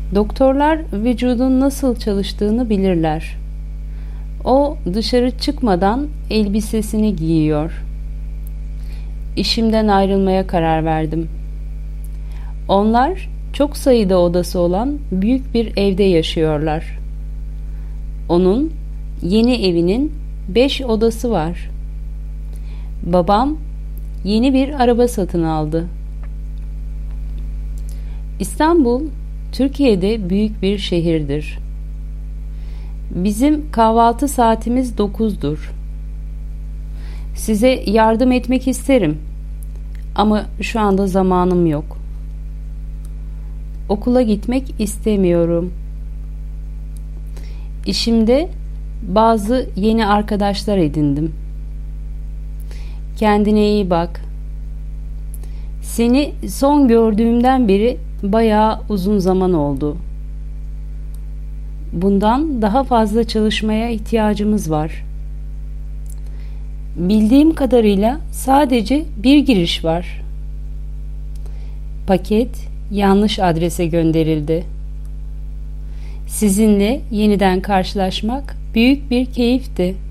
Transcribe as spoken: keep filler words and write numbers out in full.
Doktorlar vücudun nasıl çalıştığını bilirler. O dışarı çıkmadan elbisesini giyiyor. İşimden ayrılmaya karar verdim. Onlar çok sayıda odası olan büyük bir evde yaşıyorlar. Onun yeni evinin beş odası var. Babam yeni bir araba satın aldı. İstanbul, Türkiye'de büyük bir şehirdir. Bizim kahvaltı saatimiz dokuzdur. Size yardım etmek isterim ama şu anda zamanım yok. Okula gitmek istemiyorum. İşimde bazı yeni arkadaşlar edindim. Kendine iyi bak. Seni son gördüğümden beri bayağı uzun zaman oldu. Bundan daha fazla çalışmaya ihtiyacımız var. Bildiğim kadarıyla sadece bir giriş var. Paket yanlış adrese gönderildi. Sizinle yeniden karşılaşmak büyük bir keyifti.